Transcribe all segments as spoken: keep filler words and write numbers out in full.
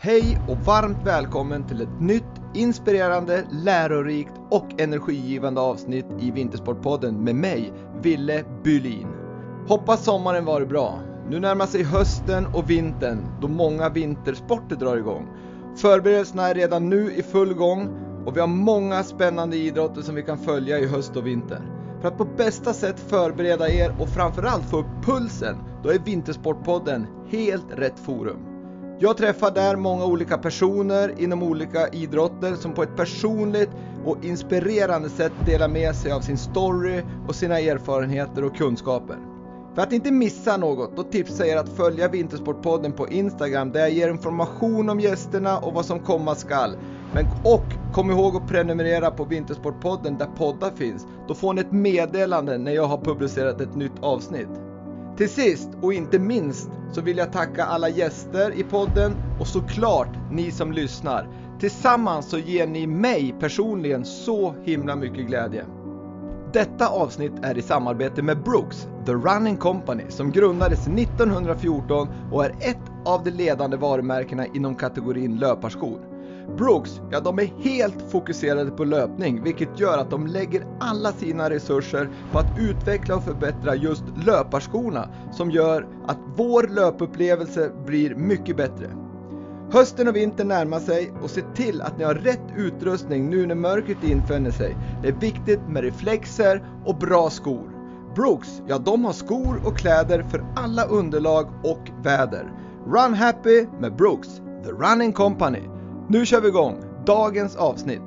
Hej och varmt välkommen till ett nytt, inspirerande, lärorikt och energigivande avsnitt i Vintersportpodden med mig, Ville Bylin. Hoppas sommaren var bra. Nu närmar sig hösten och vintern då många vintersporter drar igång. Förberedelserna är redan nu i full gång och vi har många spännande idrotter som vi kan följa i höst och vinter. För att på bästa sätt förbereda er och framförallt få upp pulsen, då är Vintersportpodden helt rätt forum. Jag träffar där många olika personer inom olika idrotter som på ett personligt och inspirerande sätt delar med sig av sin story och sina erfarenheter och kunskaper. För att inte missa något, då tipsar jag er att följa Vintersportpodden på Instagram där jag ger information om gästerna och vad som komma skall. Men, och kom ihåg att prenumerera på Vintersportpodden där poddar finns. Då får ni ett meddelande när jag har publicerat ett nytt avsnitt. Till sist och inte minst så vill jag tacka alla gäster i podden och såklart ni som lyssnar. Tillsammans så ger ni mig personligen så himla mycket glädje. Detta avsnitt är i samarbete med Brooks, The Running Company, som grundades nittonhundrafjorton och är ett av de ledande varumärkena inom kategorin löparskor. Brooks, ja de är helt fokuserade på löpning, vilket gör att de lägger alla sina resurser på att utveckla och förbättra just löparskorna, som gör att vår löpupplevelse blir mycket bättre. Hösten och vintern närmar sig och se till att ni har rätt utrustning nu när mörkret infinner sig. Det är viktigt med reflexer och bra skor. Brooks, ja de har skor och kläder för alla underlag och väder. Run happy med Brooks, The Running Company. Nu kör vi igång dagens avsnitt.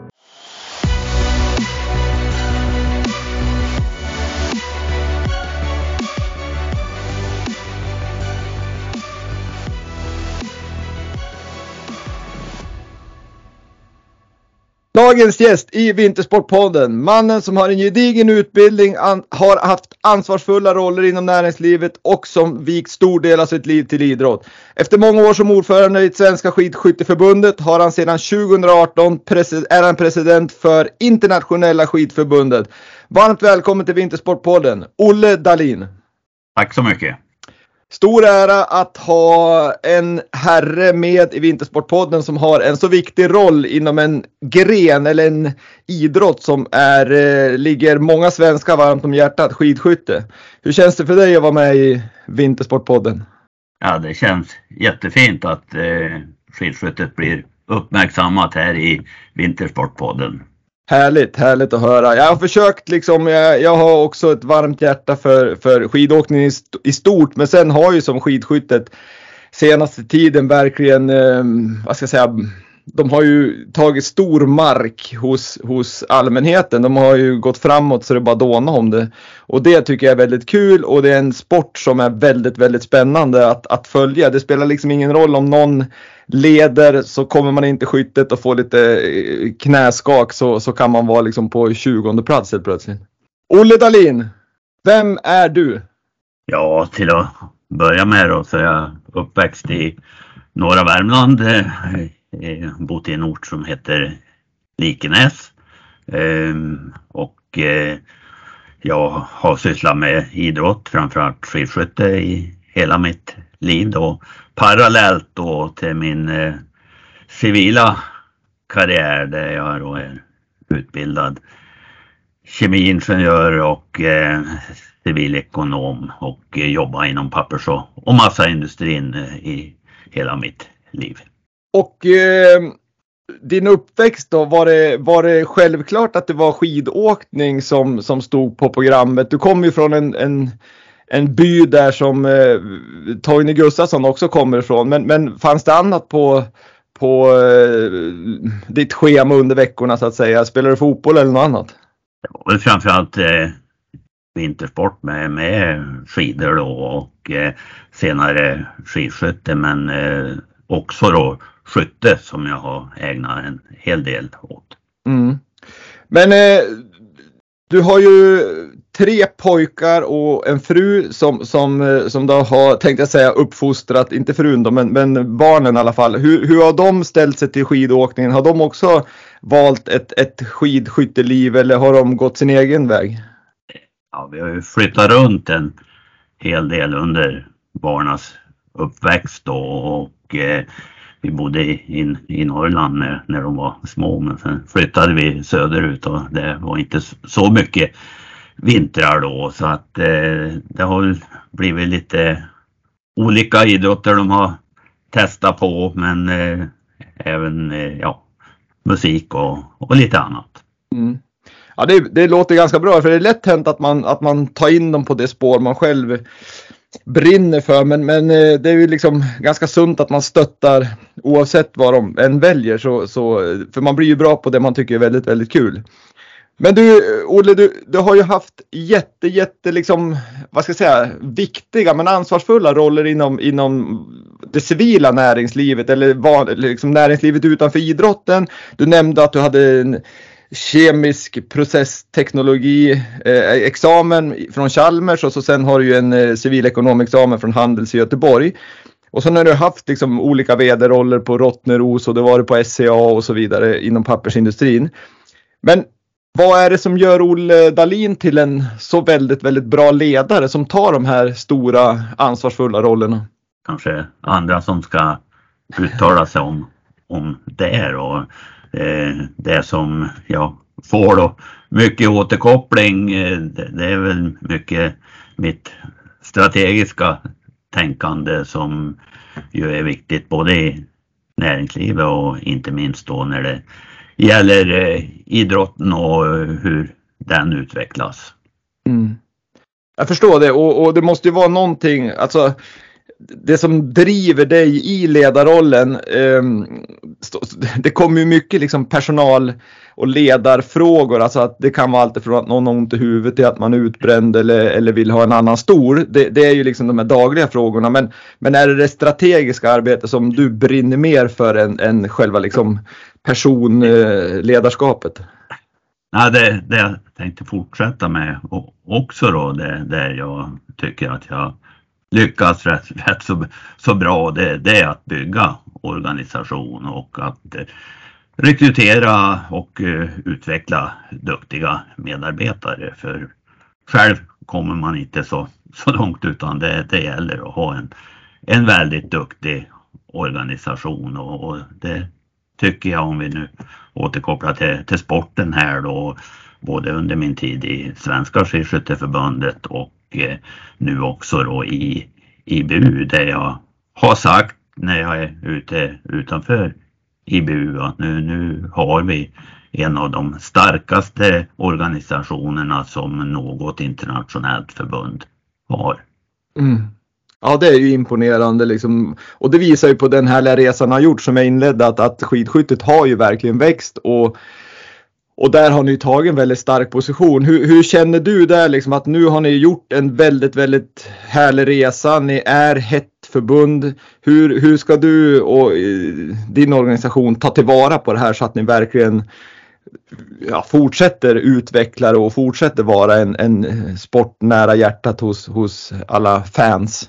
Dagens gäst i Vintersportpodden, mannen som har en gedigen utbildning, an- har haft ansvarsfulla roller inom näringslivet och som vikt stor del av sitt liv till idrott. Efter många år som ordförande i Svenska skidskytteförbundet har han sedan tjugohundraarton presi- är han president för Internationella skidförbundet. Varmt välkommen till Vintersportpodden, Olle Dahlin. Tack så mycket. Stor ära att ha en herre med i Vintersportpodden som har en så viktig roll inom en gren eller en idrott som är, eh, ligger många svenskar varmt om hjärtat, skidskytte. Hur känns det för dig att vara med i Vintersportpodden? Ja, det känns jättefint att eh, skidskyttet blir uppmärksammat här i Vintersportpodden. Härligt, härligt att höra. Jag har försökt liksom, jag, jag har också ett varmt hjärta för, för skidåkning i, st- i stort. Men sen har ju som skidskyttet senaste tiden verkligen, eh, vad ska jag säga, de har ju tagit stor mark hos, hos allmänheten. De har ju gått framåt så det bara dånar om det. Och det tycker jag är väldigt kul och det är en sport som är väldigt, väldigt spännande att, att följa. Det spelar liksom ingen roll om någon leder, så kommer man inte skyttet och får lite knäskak så, så kan man vara liksom på tjugonde plats helt plötsligt. Olle Dahlin, vem är du? Ja, till att börja med då så är jag uppväxt i norra Värmland. Jag har bott i en ort som heter Likenäs. Och jag har sysslat med idrott, framförallt skidskytte i hela mitt liv då. Parallellt då till min eh, civila karriär där jag då är utbildad kemiingenjör och eh, civilekonom och eh, jobbar inom pappers- och, och massaindustrin eh, i hela mitt liv. Och eh, din uppväxt då, var det, var det självklart att det var skidåkning som, som stod på programmet? Du kom ju från en... en En by där som eh, Torgny Gustafsson också kommer ifrån. Men, men fanns det annat på, på eh, ditt schema under veckorna så att säga? Spelar du fotboll eller något annat? Det var väl framförallt eh, vintersport med, med skidor då, och eh, senare skidskytte. Men eh, också då skytte som jag har ägnat en hel del åt. Mm. Men eh, du har ju tre pojkar och en fru som, som, som då har, tänkte jag säga, uppfostrat, inte frun då, men, men barnen i alla fall. Hur, hur har de ställt sig till skidåkningen? Har de också valt ett, ett skidskytteliv eller har de gått sin egen väg? Ja, vi har ju flyttat runt en hel del under barnas uppväxt då, och eh, vi bodde i, in, i Norrland när, när de var små, men sen flyttade vi söderut och det var inte så mycket vintrar då, så att eh, det har blivit lite olika idrotter de har testat på, men eh, även eh, ja, musik och, och lite annat. Mm. Ja, det, det låter ganska bra, för det är lätt hänt att man, att man tar in dem på det spår man själv brinner för, men, men det är ju liksom ganska sunt att man stöttar oavsett vad de än väljer, så, så, för man blir ju bra på det man tycker är väldigt, väldigt kul. Men du, Olle, du, du har ju haft jätte, jätte liksom, vad ska jag säga, viktiga men ansvarsfulla roller inom, inom det civila näringslivet, eller var, liksom näringslivet utanför idrotten. Du nämnde att du hade en kemisk processteknologi eh, examen från Chalmers, och så sen har du ju en eh, civilekonomexamen från Handels i Göteborg. Och så har du haft liksom olika vd-roller på Rottneros, och det var det på S C A och så vidare inom pappersindustrin. Men vad är det som gör Olle Dahlin till en så väldigt, väldigt bra ledare som tar de här stora ansvarsfulla rollerna? Kanske andra som ska uttala sig om, om det, och eh, det som jag får då mycket återkoppling, eh, det, det är väl mycket mitt strategiska tänkande som ju är viktigt både i näringslivet och inte minst då när det gäller eh, idrotten och eh, hur den utvecklas. Mm. Jag förstår det, och, och det måste ju vara någonting, alltså det som driver dig i ledarrollen, eh, det kommer ju mycket liksom personal- och ledarfrågor, alltså att det kan vara allt från att någon har ont i huvudet till att man är utbränd eller, eller vill ha en annan stor. Det, det är ju liksom de här dagliga frågorna, men, men är det det strategiska arbetet som du brinner mer för än, än själva liksom personledarskapet? Ja, det, det jag tänkte fortsätta med också då, det, det jag tycker att jag lyckas rätt, rätt så, så bra, det, det är att bygga organisation och att eh, rekrytera och eh, utveckla duktiga medarbetare. För själv kommer man inte så, så långt, utan det, det gäller att ha en, en väldigt duktig organisation, och, och det tycker jag, om vi nu återkopplar till, till sporten här då, både under min tid i Svenska Skidskytteförbundet och eh, nu också då i I B U, där jag har sagt när jag är ute utanför I B U att nu, nu har vi en av de starkaste organisationerna som något internationellt förbund har. Mm. Ja, det är ju imponerande liksom. Och det visar ju på den här resan har gjort som jag inledde, att, att skidskyttet har ju verkligen växt, och, och där har ni tagit en väldigt stark position. Hur, hur känner du där liksom, att nu har ni gjort en väldigt, väldigt härlig resa, ni är hett förbund. Hur, hur ska du och din organisation ta tillvara på det här så att ni verkligen ja, fortsätter utveckla och fortsätter vara en, en sport nära hjärtat hos, hos alla fans?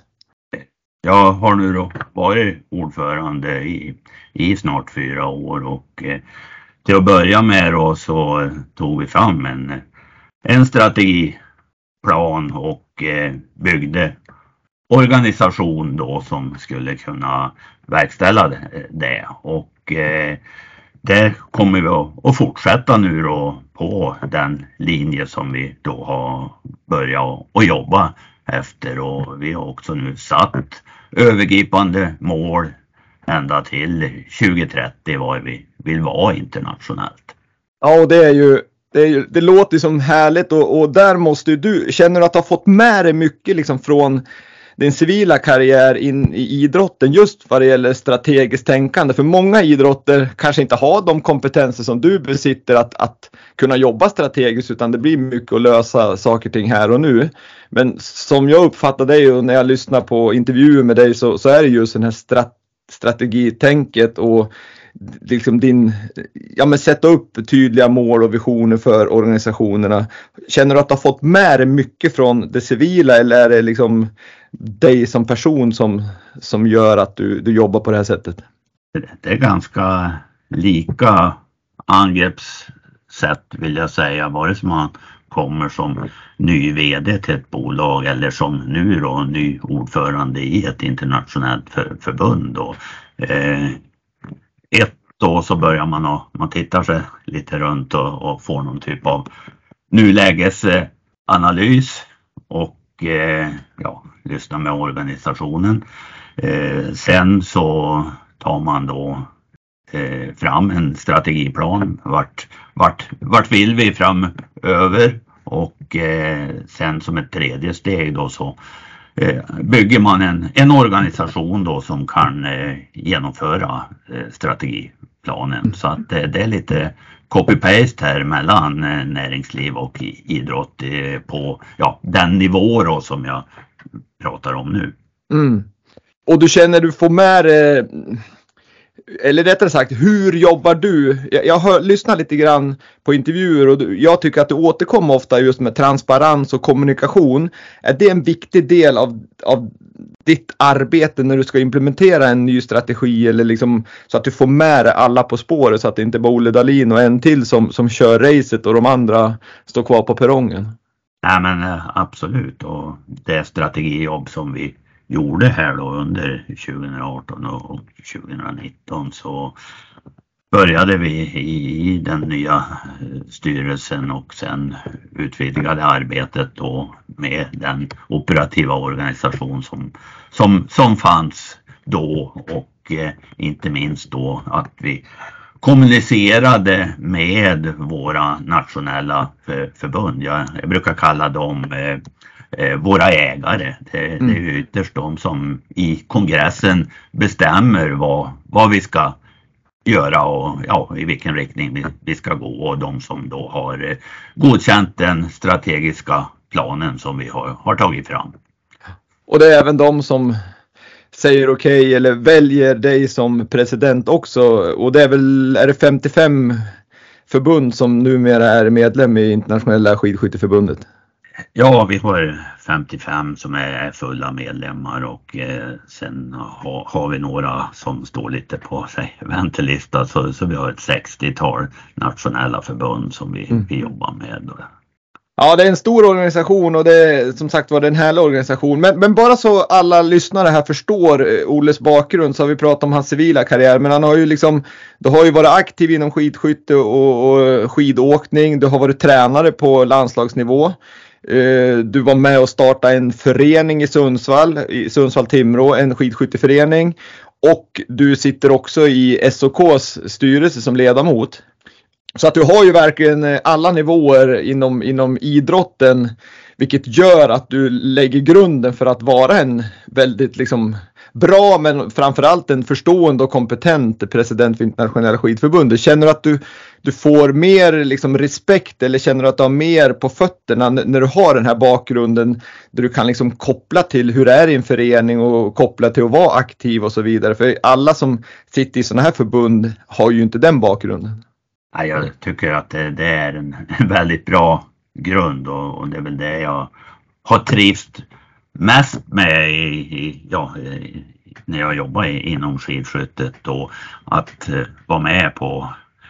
Jag har nu då varit ordförande i, i snart fyra år, och eh, till att börja med då så tog vi fram en, en strategiplan och eh, byggde organisation då som skulle kunna verkställa det, och eh, där kommer vi att, att fortsätta nu då på den linje som vi då har börjat att jobba efter, och vi har också nu satt övergripande mål ända till tjugo trettio var vi vill vara internationellt. Ja, och det är ju det, är ju, det låter som härligt, och, och där måste du, känner du att du har fått med dig mycket liksom från din civila karriär in i idrotten just vad det gäller strategiskt tänkande? För många idrotter kanske inte har de kompetenser som du besitter att, att kunna jobba strategiskt, utan det blir mycket att lösa saker och ting här och nu. Men som jag uppfattar dig och när jag lyssnar på intervjuer med dig, så, så är det just den här strat, strategitänket och liksom din, ja men sätta upp tydliga mål och visioner för organisationerna. Känner du att du har fått med dig mycket från det civila, eller är det liksom dig som person som, som gör att du, du jobbar på det här sättet? Det är ganska lika angreppssätt, vill jag säga, vare sig man kommer som ny vd till ett bolag eller som nu då ny ordförande i ett internationellt för, förbund. Och, eh, ett då så börjar man och man tittar sig lite runt och, och får någon typ av nulägesanalys och eh, ja, lyssna med organisationen. Eh, sen så tar man då eh, fram en strategiplan. Vart, vart, vart vill vi framöver? Och eh, sen som ett tredje steg då så eh, bygger man en, en organisation då som kan eh, genomföra eh, strategiplanen. Så att eh, det är lite copy-paste här mellan eh, näringsliv och i, idrott eh, på ja, den nivå då som jag pratar om nu. Mm. Och du känner du får med eh, eller rättare sagt, hur jobbar du? Jag, jag har lyssnat lite grann på intervjuer och du, jag tycker att det återkommer ofta just med transparens och kommunikation. Är det en viktig del av, av ditt arbete när du ska implementera en ny strategi eller liksom så att du får med alla på spåret så att det inte bara Olle Dahlin och en till som, som kör racet och de andra står kvar på perrongen? Nej men absolut, och det strategijobb som vi gjorde här då under tjugo arton och tjugo nitton så började vi i den nya styrelsen och sen utvidgade arbetet då med den operativa organisation som, som, som fanns då och eh, inte minst då att vi kommunicerade med våra nationella för, förbund. Jag, jag brukar kalla dem eh, eh, våra ägare. Det, mm. det är ju ytterst de som i kongressen bestämmer vad, vad vi ska göra och ja, i vilken riktning vi, vi ska gå och de som då har eh, godkänt den strategiska planen som vi har, har tagit fram. Och det är även de som säger okej okay, eller väljer dig som president också, och det är väl, är det femtiofem förbund som numera är medlem i internationella skidskytteförbundet? Ja, vi har femtiofem som är fulla medlemmar och eh, sen ha, har vi några som står lite på sig väntelista, så, så vi har ett sextiotal nationella förbund som vi, mm. vi jobbar med. Ja, det är en stor organisation och det är som sagt var en härlig organisation. Men, men bara så alla lyssnare här förstår Olles bakgrund så har vi pratat om hans civila karriär. Men han har ju liksom, du har ju varit aktiv inom skidskytte och, och skidåkning. Du har varit tränare på landslagsnivå. Du var med och startade en förening i Sundsvall, i Sundsvall-Timrå, en skidskytteförening. Och du sitter också i S O K:s styrelse som ledamot. Så att du har ju verkligen alla nivåer inom, inom idrotten, vilket gör att du lägger grunden för att vara en väldigt liksom bra men framförallt en förstående och kompetent president för internationella skidförbundet. Känner du att du, du får mer liksom respekt eller känner du att du har mer på fötterna när du har den här bakgrunden där du kan liksom koppla till hur det är i en förening och koppla till att vara aktiv och så vidare? För alla som sitter i sådana här förbund har ju inte den bakgrunden. Jag tycker att det, det är en, en väldigt bra grund och, och det är väl det jag har trivts mest med i, i, ja, i, när jag jobbar i, inom skidskyttet och att uh, vara med på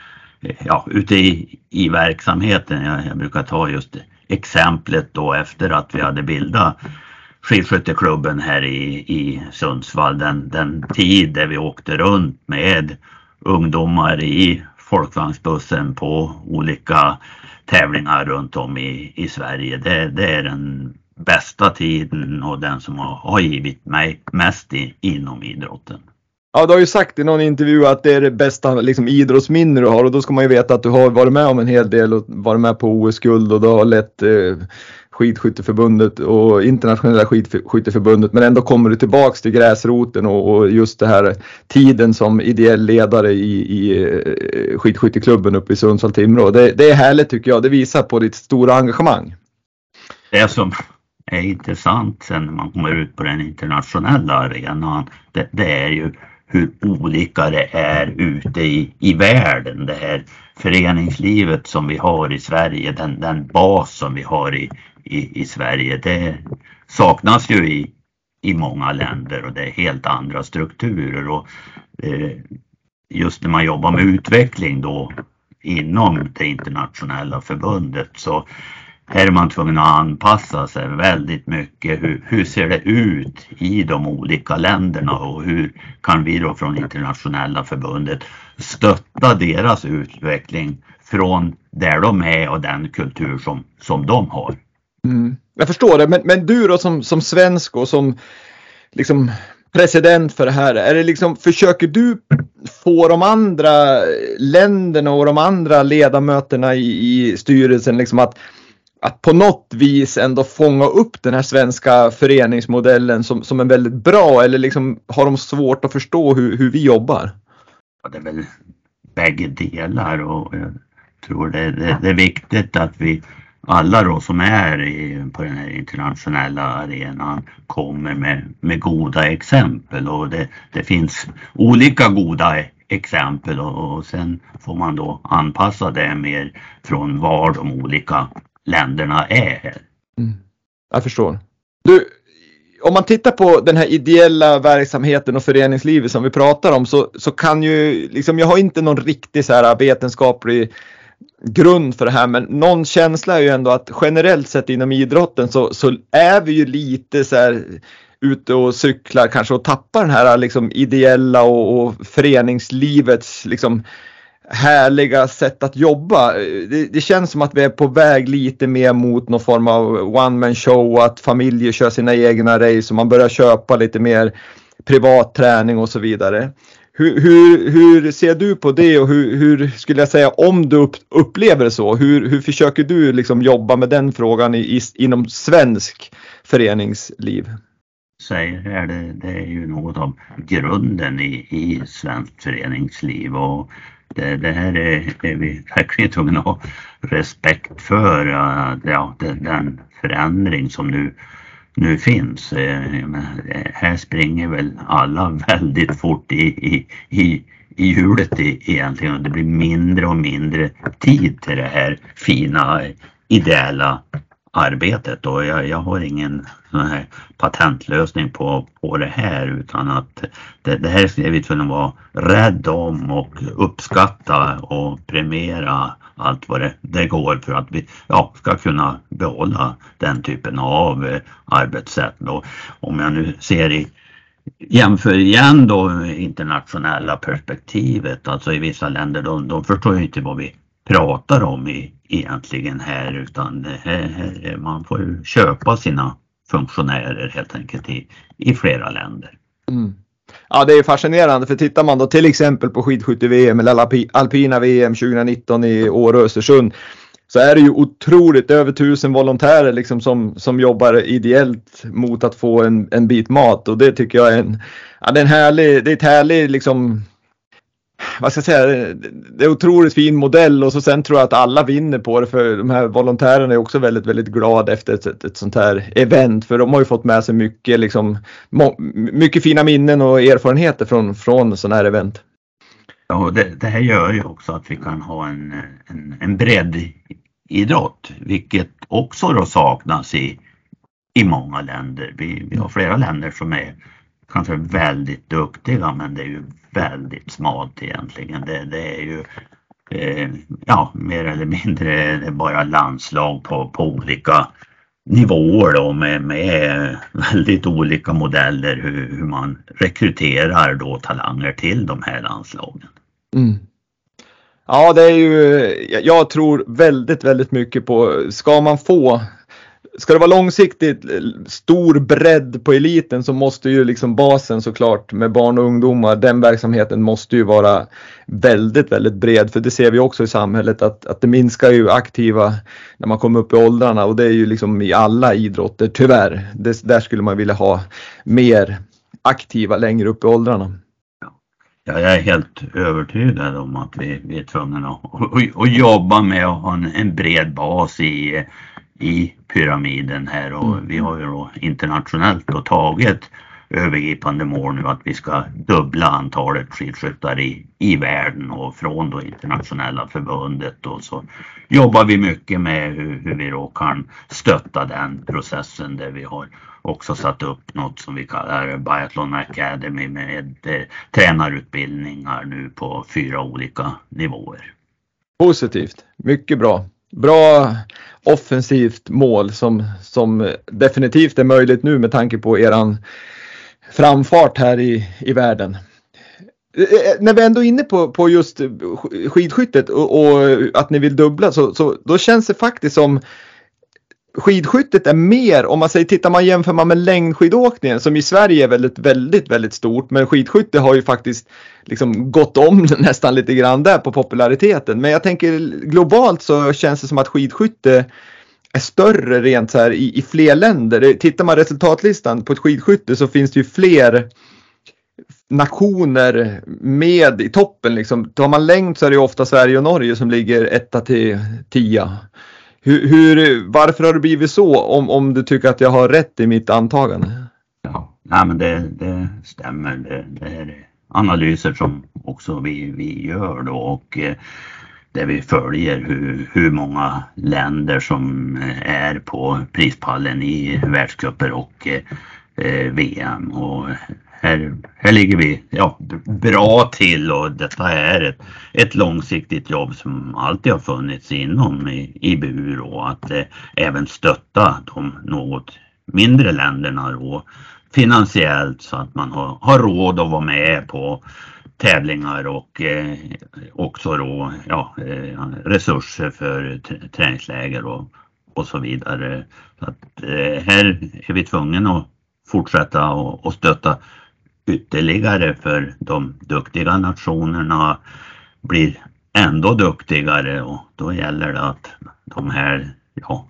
ja, ute i, i verksamheten. Jag, jag brukar ta just exemplet då efter att vi hade bildat skidskytteklubben här i, i Sundsvall, den, den tid där vi åkte runt med ungdomar i folkvagnsbussen på olika tävlingar runt om i, i Sverige. Det, det är den bästa tiden och den som har, har givit mig mest i, inom idrotten. Ja, du har ju sagt i någon intervju att det är det bästa liksom, idrottsminne du har, och då ska man ju veta att du har varit med om en hel del och varit med på O S-guld och du har lett eh, skidskytteförbundet och internationella skidskytteförbundet, men ändå kommer du tillbaks till gräsroten och, och just det här tiden som ideell ledare i, i skidskytteklubben uppe i Sundsvall-Timrå. Det, det är härligt tycker jag, det visar på ditt stora engagemang. Det som är intressant sen när man kommer ut på den internationella arenan, det, det är ju hur olika det är ute i, i världen. Det här föreningslivet som vi har i Sverige, den, den bas som vi har i, i, i Sverige, det saknas ju i, i många länder och det är helt andra strukturer. Och eh, just när man jobbar med utveckling då inom det internationella förbundet så här är man tvungen att anpassa sig väldigt mycket. Hur, hur ser det ut i de olika länderna och hur kan vi då från internationella förbundet stötta deras utveckling från där de är och den kultur som, som de har. Mm. Jag förstår det, men, men du då som, som svensk och som liksom president för det här, är det liksom, försöker du få de andra länderna och de andra ledamöterna i, i styrelsen liksom att, att på något vis ändå fånga upp den här svenska föreningsmodellen som, som är väldigt bra, eller liksom har de svårt att förstå hur, hur vi jobbar? Ja, det är väl bägge delar, och jag tror det, det, det är viktigt att vi alla då som är i, på den här internationella arenan kommer med, med goda exempel, och det, det finns olika goda exempel, och, och sen får man då anpassa det mer från var de olika länderna är. Mm. Jag förstår. Du, om man tittar på den här ideella verksamheten och föreningslivet som vi pratar om, så, så kan ju liksom, jag har inte någon riktig så här vetenskaplig grund för det här, men någon känsla är ju ändå att generellt sett inom idrotten så, så är vi ju lite så här ute och cyklar kanske och tappar den här liksom ideella och, och föreningslivets liksom härliga sätt att jobba. Det, det känns som att vi är på väg lite mer mot någon form av one man show, att familjer kör sina egna race och man börjar köpa lite mer privat träning och så vidare. Hur, hur, hur ser du på det, och hur, hur skulle jag säga, om du upp, upplever det så, hur, hur försöker du liksom jobba med den frågan i, i, inom svensk föreningsliv? Säger här, det, det är ju något av grunden i, i svenskt föreningsliv, och det, det här är, är vi verkligen tvungna att ha respekt för, ja, den, den förändring som nu nu finns. Här springer väl alla väldigt fort i, i, i, i hjulet egentligen, och det blir mindre och mindre tid till det här fina ideella arbetet, och jag, jag har ingen sån här patentlösning på, på det här, utan att det, det här ska vi tvungna vara rädd om och uppskatta och premiera allt vad det, det går för att vi ja, ska kunna behålla den typen av eh, arbetssätt. Och om jag nu ser i jämför igen då internationella perspektivet, alltså i vissa länder de, de förstår ju inte vad vi pratar om i, egentligen här, utan här, här, man får ju köpa sina funktionärer helt enkelt i, i flera länder. Mm. Ja, det är fascinerande, för tittar man då till exempel på skidskytte-V M eller alpina V M tjugonitton i Åre och Östersund, så är det ju otroligt över tusen volontärer liksom som, som jobbar ideellt mot att få en, en bit mat, och det tycker jag är en, ja, det är en härlig, det är ett härligt liksom, vad ska jag säga, det är otroligt fin modell, och så sen tror jag att alla vinner på det, för de här volontärerna är också väldigt, väldigt glada efter ett, ett, ett sånt här event, för de har ju fått med sig mycket liksom, må, mycket fina minnen och erfarenheter från, från sådana här event. Ja, det, det här gör ju också att vi kan ha en, en, en bredd idrott, vilket också då saknas i, i många länder. Vi, vi har flera länder som är kanske väldigt duktiga, men det är ju väldigt smalt egentligen. Det, det är ju eh, ja, mer eller mindre det är bara landslag på, på olika nivåer då, med, med väldigt olika modeller hur, hur man rekryterar då talanger till de här landslagen. Mm. Ja, det är ju, jag tror väldigt, väldigt mycket på, ska man få, ska det vara långsiktigt stor bredd på eliten, så måste ju liksom basen såklart med barn och ungdomar, den verksamheten måste ju vara väldigt, väldigt bred, för det ser vi också i samhället att, att det minskar ju aktiva när man kommer upp i åldrarna, och det är ju liksom i alla idrotter tyvärr. Det, där skulle man vilja ha mer aktiva längre upp i åldrarna. Ja, jag är helt övertygad om att vi, vi är tvungna att, att, att jobba med att ha en, en bred bas i, i pyramiden här, och mm. vi har ju då internationellt då tagit övergripande mål nu att vi ska dubbla antalet skidskyttar i, i världen, och från då internationella förbundet, och så jobbar vi mycket med hur, hur vi då kan stötta den processen, där vi har också satt upp något som vi kallar Biathlon Academy med eh, tränarutbildningar nu på fyra olika nivåer. Positivt, mycket bra. Bra offensivt mål som, som definitivt är möjligt nu med tanke på eran framfart här i, i världen. När vi ändå är inne på, på just skidskyttet och, och att ni vill dubbla så, så då känns det faktiskt som skidskyttet är mer, om man säger, tittar man jämför man med längdskidåkningen som i Sverige är väldigt, väldigt, väldigt stort, men skidskytte har ju faktiskt liksom gått om nästan lite grann där på populariteten. Men jag tänker globalt så känns det som att skidskytte är större rent så här i, i fler länder. Tittar man resultatlistan på ett skidskytte så finns det ju fler nationer med i toppen liksom. Tar man längd så är det ju ofta Sverige och Norge som ligger etta till tia. Hur, hur, varför har det blivit så om, om du tycker att jag har rätt i mitt antagande? Ja, nej, men det, det stämmer. Det, det är analyser som också vi, vi gör då, och eh, där vi följer hur, hur många länder som är på prispallen i världscuper och eh, V M, och Här, här ligger vi ja, bra till, och detta är ett, ett långsiktigt jobb som alltid har funnits inom i, i B U, och att eh, även stötta de något mindre länderna då, finansiellt, så att man har, har råd att vara med på tävlingar och eh, också då, ja, eh, resurser för t- träningsläger och, och så vidare. Så att, eh, här är vi tvungna att fortsätta och, och stötta ytterligare, för de duktiga nationerna blir ändå duktigare, och då gäller det att de här ja,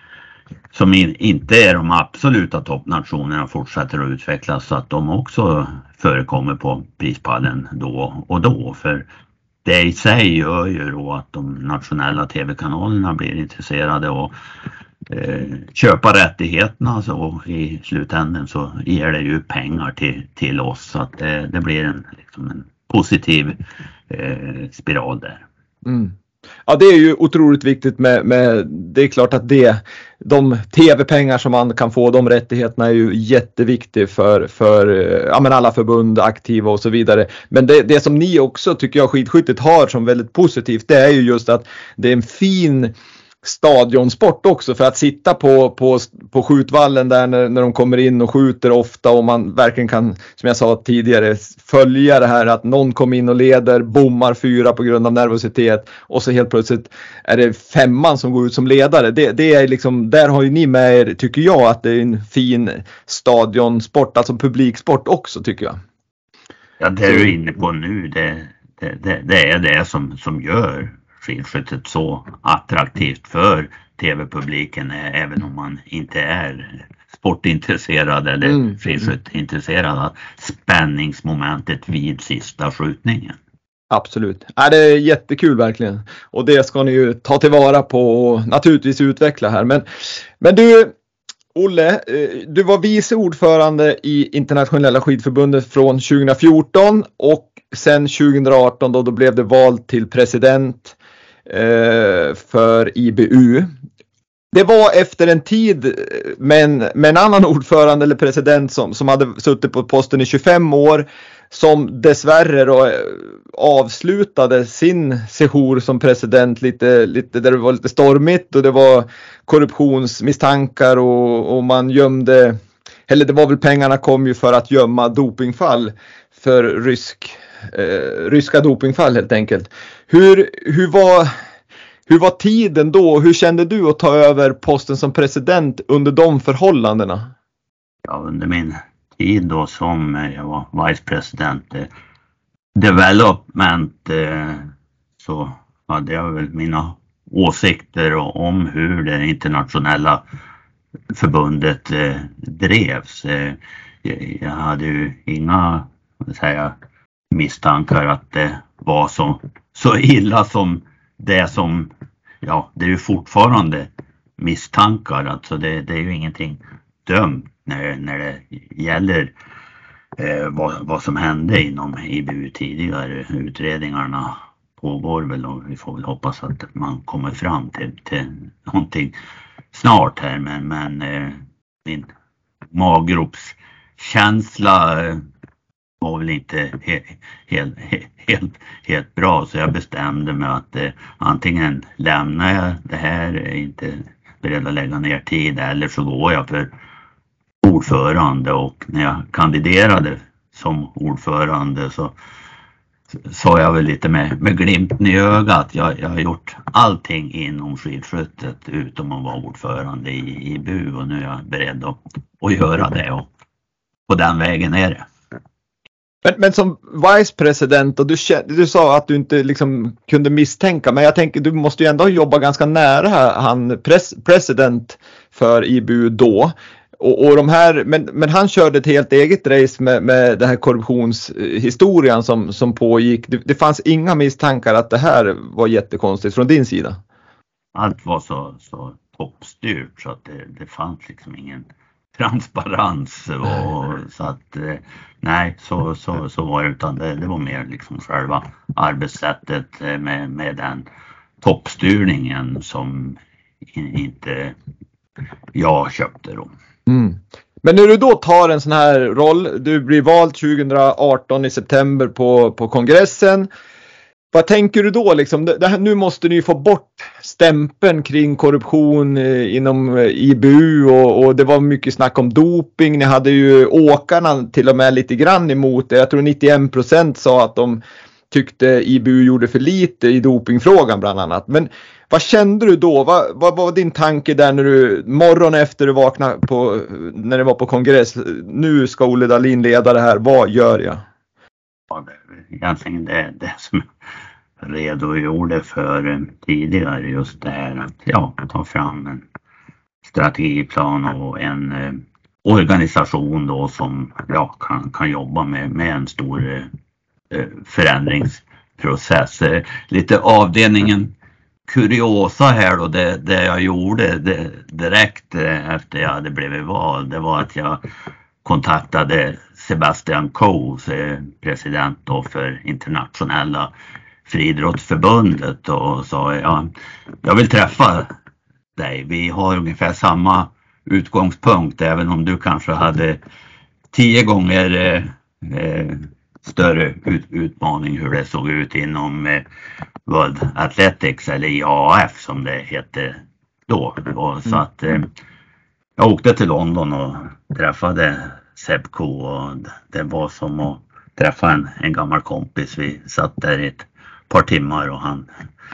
som in, inte är de absoluta toppnationerna fortsätter att utvecklas, så att de också förekommer på prispallen då och då. För det i sig gör ju då att de nationella tv-kanalerna blir intresserade och eh, köpa rättigheterna, så i slutändan så ger det ju pengar till, till oss, så att det, det blir en, liksom en positiv eh, spiral där. Mm. Ja, det är ju otroligt viktigt med, med det är klart att det, de tv-pengar som man kan få, de rättigheterna är ju jätteviktiga för, för ja, men alla förbund, aktiva och så vidare. Men det, det som ni också tycker jag skidskyttet har som väldigt positivt, det är ju just att det är en fin stadionsport också, för att sitta på, på, på skjutvallen där när, när de kommer in och skjuter ofta, och man verkligen kan, som jag sa tidigare, följa det här att någon kommer in och leder, bommar fyra på grund av nervositet, och så helt plötsligt är det femman som går ut som ledare. Det, det är liksom, där har ju ni med er, tycker jag, att det är en fin stadionsport, alltså publiksport också, tycker jag. Ja, det är du inne på nu, det, det, det, det är det som, som gör skidskyttet så attraktivt för tv-publiken, även om man inte är sportintresserad eller mm. skidskyttintresserad. Spänningsmomentet vid sista skjutningen. Absolut. Ja, det är jättekul verkligen. Och det ska ni ju ta tillvara på och naturligtvis utveckla här. Men, men du, Olle, du var vice ordförande i Internationella skidförbundet från tjugo fjorton, och sen tjugo arton då, då blev det vald till president för I B U. Det var efter en tid med en, med en annan ordförande eller president som, som hade suttit på posten i tjugofem år, som dessvärre då avslutade sin sejour som president lite, lite där det var lite stormigt, och det var korruptionsmisstankar, och, och man gömde, eller det var väl, pengarna kom ju för att gömma dopingfall för rysk Eh, ryska dopingfall helt enkelt. Hur, hur, var, hur var tiden då? Hur kände du att ta över posten som president under de förhållandena? Ja, under min tid då som jag var vice president eh, development eh, så hade jag väl mina åsikter om hur det internationella förbundet eh, drevs. Eh, jag hade ju inga, vad säger jag, misstankar att det var så, så illa som det som, ja, det är ju fortfarande misstankar, alltså det, det är ju ingenting dömt när, när det gäller eh, vad, vad som hände inom I B U tidigare. Utredningarna pågår väl, och vi får väl hoppas att man kommer fram till, till någonting snart här, men, men eh, min maggropskänsla eh, var väl inte helt, helt, helt, helt bra, så jag bestämde mig att eh, antingen lämnar jag det här, är inte beredd att lägga ner tid, eller så går jag för ordförande. Och när jag kandiderade som ordförande så sa jag väl lite med, med glimten i ögat. Jag, jag har gjort allting inom skidskyttet utom att vara ordförande i, i B U, och nu är jag beredd att, att göra det, och på den vägen är det. Men, men som vicepresident, och du, du sa att du inte liksom kunde misstänka, men jag tänker du måste ju ändå jobba ganska nära han pres, president för I B U då. Och, och de här, men, men han körde ett helt eget race med, med den här korruptionshistorien som, som pågick. Det, det fanns inga misstankar att det här var jättekonstigt från din sida? Allt var så, så toppstyrt så att det, det fanns liksom ingen transparens. Och, så att nej, så, så, så var det, utan det, det var mer liksom själva arbetssättet med, med den toppstyrningen som inte jag köpte då. Mm. Men när du då tar en sån här roll, du blir vald tjugo arton i september på, på kongressen. Vad tänker du då liksom? Det här, nu måste ni få bort stämpeln kring korruption eh, inom eh, I B U, och, och det var mycket snack om doping. Ni hade ju åkarna till och med lite grann emot det. Jag tror nittioen procent sa att de tyckte I B U gjorde för lite i dopingfrågan bland annat. Men vad kände du då? Vad, vad var din tanke där när du morgon efter du vaknade på, när det var på kongress? Nu ska Olle Dahlin leda det här. Vad gör jag? Ja, det, egentligen det, det som jag redogjorde för tidigare, just det här att ja, ta fram en strategiplan och en eh, organisation då som ja, kan, kan jobba med, med en stor eh, förändringsprocess. Eh, lite avdelningen kuriosa här då, det, det jag gjorde det, direkt efter jag hade blivit vald, det var att jag kontaktade Sebastian Coe, president då för internationella friidrottsförbundet, och sa ja, jag vill träffa dig. Vi har ungefär samma utgångspunkt, även om du kanske hade tio gånger eh, större ut, utmaning hur det såg ut inom eh, World Athletics, eller I A F som det hette då. Och så att eh, jag åkte till London och träffade Seb Coe, och det var som att träffa en, en gammal kompis. Vi satt där i ett par timmar och han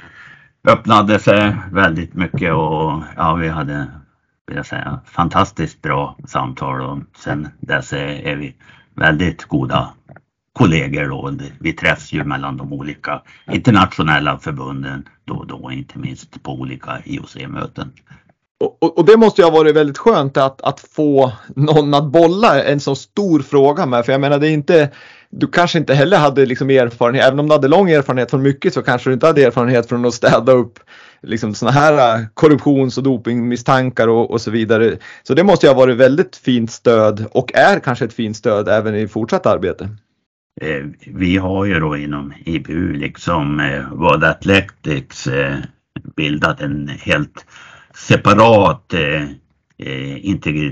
öppnade sig väldigt mycket, och ja, vi hade, vill jag säga, fantastiskt bra samtal, och sen dess är vi väldigt goda kollegor då. Vi träffas ju mellan de olika internationella förbunden då och då, inte minst på olika I O C-möten. Och, och det måste ju ha varit väldigt skönt att, att få någon att bolla en så stor fråga med. För jag menar, det är inte, du kanske inte heller hade liksom erfarenhet, även om du hade lång erfarenhet från mycket, så kanske du inte hade erfarenhet från att städa upp liksom såna här korruptions- och dopingmisstankar och, och så vidare. Så det måste ju ha varit väldigt fint stöd, och är kanske ett fint stöd även i fortsatt arbete. Eh, vi har ju då inom I B U liksom eh, World Athletics eh, bildat en helt separat eh, eh,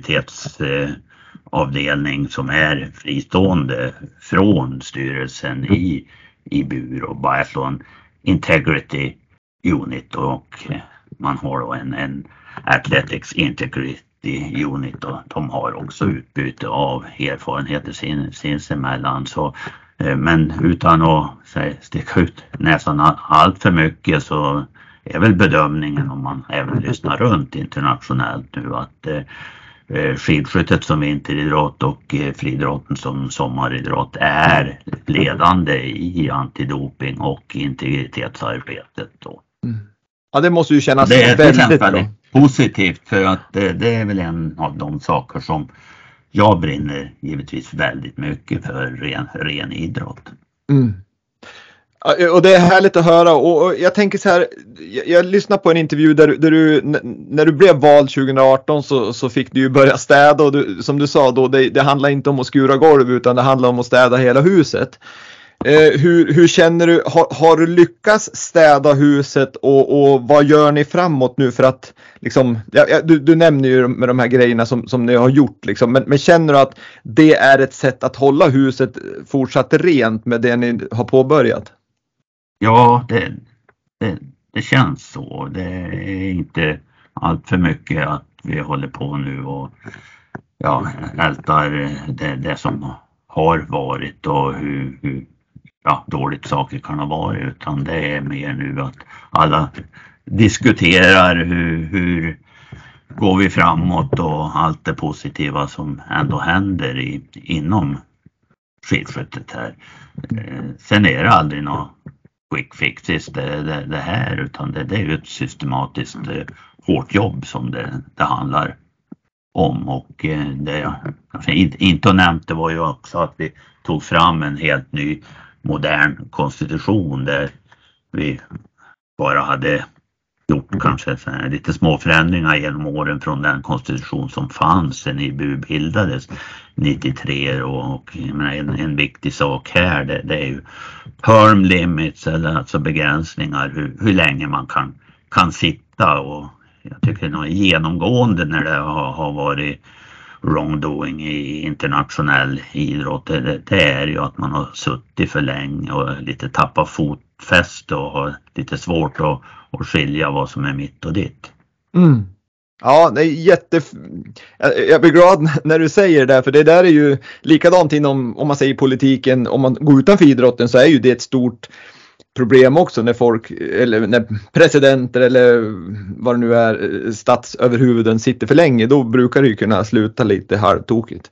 integritetsavdelning eh, som är fristående från styrelsen i I B U och Biathlon Integrity Unit, och eh, man har då en, en Athletics Integrity Unit, och de har också utbyte av erfarenheter sin, sinsemellan. Så, eh, men utan att säg, sticka ut nästan allt för mycket, så är väl bedömningen, om man även lyssnar runt internationellt nu, att eh, skidskyttet som vinteridrott och eh, friidrotten som sommaridrott är ledande i antidoping och integritetsarbetet då. Mm. Ja, det måste ju kännas det, väldigt, det känns väldigt bra. Positivt, för att det, det är väl en av de saker som jag brinner givetvis väldigt mycket för, ren, ren idrott. Mm. Och det är härligt att höra, och jag tänker så här, jag, jag lyssnade på en intervju där, där du, när du blev vald tjugo arton så, så fick du ju börja städa, och du, som du sa då, det, det handlar inte om att skura golv utan det handlar om att städa hela huset. Eh, hur, hur känner du, har, har du lyckats städa huset och, och vad gör ni framåt nu för att liksom, ja, ja, du, du nämner ju med de här grejerna som, som ni har gjort liksom, men, men känner du att det är ett sätt att hålla huset fortsatt rent med det ni har påbörjat? Ja, det, det, det känns så. Det är inte allt för mycket att vi håller på nu och ja, ältar det, det som har varit och hur, hur ja, dåligt saker kan ha varit, utan det är mer nu att alla diskuterar hur, hur går vi framåt och allt det positiva som ändå händer i, inom skidskyttet här. Eh, sen är det aldrig något quick fixes det, det, det här, utan det, det är ju ett systematiskt eh, hårt jobb som det, det handlar om. Och eh, det jag kanske inte, inte har nämnt, det var ju också att vi tog fram en helt ny modern konstitution där vi bara hade gjort kanske så här lite små förändringar genom åren från den konstitution som fanns sen I B U bildades nittiotre. Och, och menar, en, en viktig sak här det, det är ju term limits, eller alltså begränsningar hur, hur länge man kan, kan sitta. Och jag tycker det är något genomgående när det har, har varit wrongdoing i internationell idrott, det, det är ju att man har suttit för länge och lite tappat fotfäste och har lite svårt att, att skilja vad som är mitt och ditt. Mm. Ja, det är jätte... Jag blir glad när du säger det där, för det där är ju likadant inom, om man säger politiken, om man går utanför idrotten så är ju det ett stort problem också när folk, eller när presidenter eller vad det nu är, statsöverhuvuden sitter för länge, då brukar det ju kunna sluta lite halvtokigt.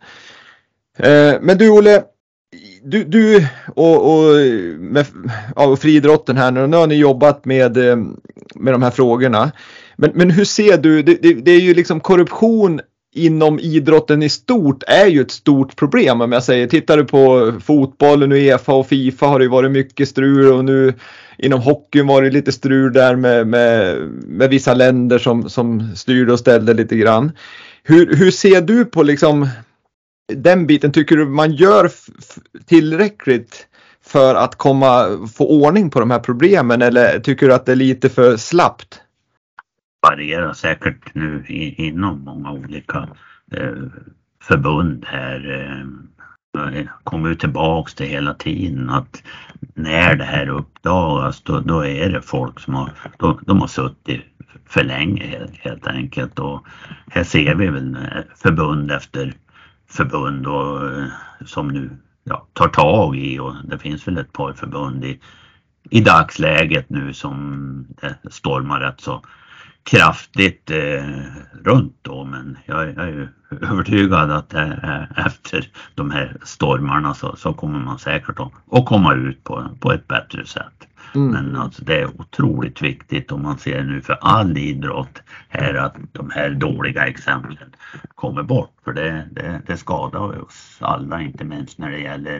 Eh, men du Olle, du, du och, och med ja, friidrotten här nu, nu har ni jobbat med, med de här frågorna. Men, men hur ser du, det, det, det är ju liksom korruption inom idrotten i stort är ju ett stort problem om jag säger. Tittar du på fotbollen, UEFA och FIFA har det varit mycket strul, och nu inom hockeyn var det lite strul där med, med, med vissa länder som, som styrde och ställde lite grann. Hur, hur ser du på liksom den biten? Tycker du man gör f- tillräckligt för att komma, få ordning på de här problemen, eller tycker du att det är lite för slappt? Varierar säkert nu i, inom många olika eh, förbund här. Eh, kommer ju tillbaks till hela tiden att när det här uppdagas då, då är det folk som har, då, de har suttit för länge helt, helt enkelt, och här ser vi väl förbund efter förbund och, eh, som nu ja, tar tag i, och det finns väl ett par förbund i, i dagsläget nu som det stormar rätt så kraftigt eh, runt då, men jag, jag är ju övertygad att eh, efter de här stormarna så, så kommer man säkert att, att komma ut på, på ett bättre sätt. Mm. Men alltså, det är otroligt viktigt om man ser nu för all idrott här att de här dåliga exemplen kommer bort, för det, det, det skadar oss alla, inte minst när det gäller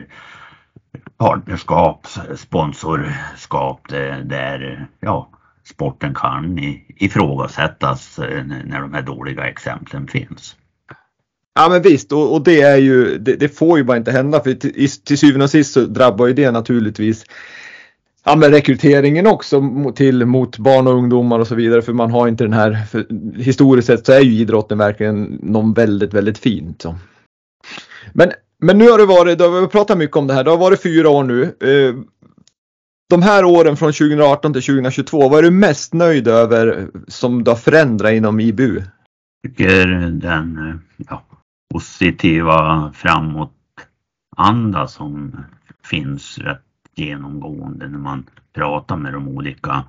partnerskap, sponsorskap, det, där ja sporten kan ifrågasättas när de här dåliga exemplen finns. Ja men visst, och, och det är ju det, det får ju bara inte hända, för till, till syvende och sist så drabbar ju det naturligtvis ja, men rekryteringen också till, mot barn och ungdomar och så vidare, för man har inte den här, för, historiskt sett så är ju idrotten verkligen någon väldigt väldigt fint så. Men, men nu har det varit, då har vi pratat mycket om det här, det har varit fyra år nu. Eh, De här åren från tjugo arton till tjugo tjugotvå, vad är du mest nöjd över som du har förändrat inom I B U? Jag tycker den ja, positiva framåtanda som finns rätt genomgående när man pratar med de olika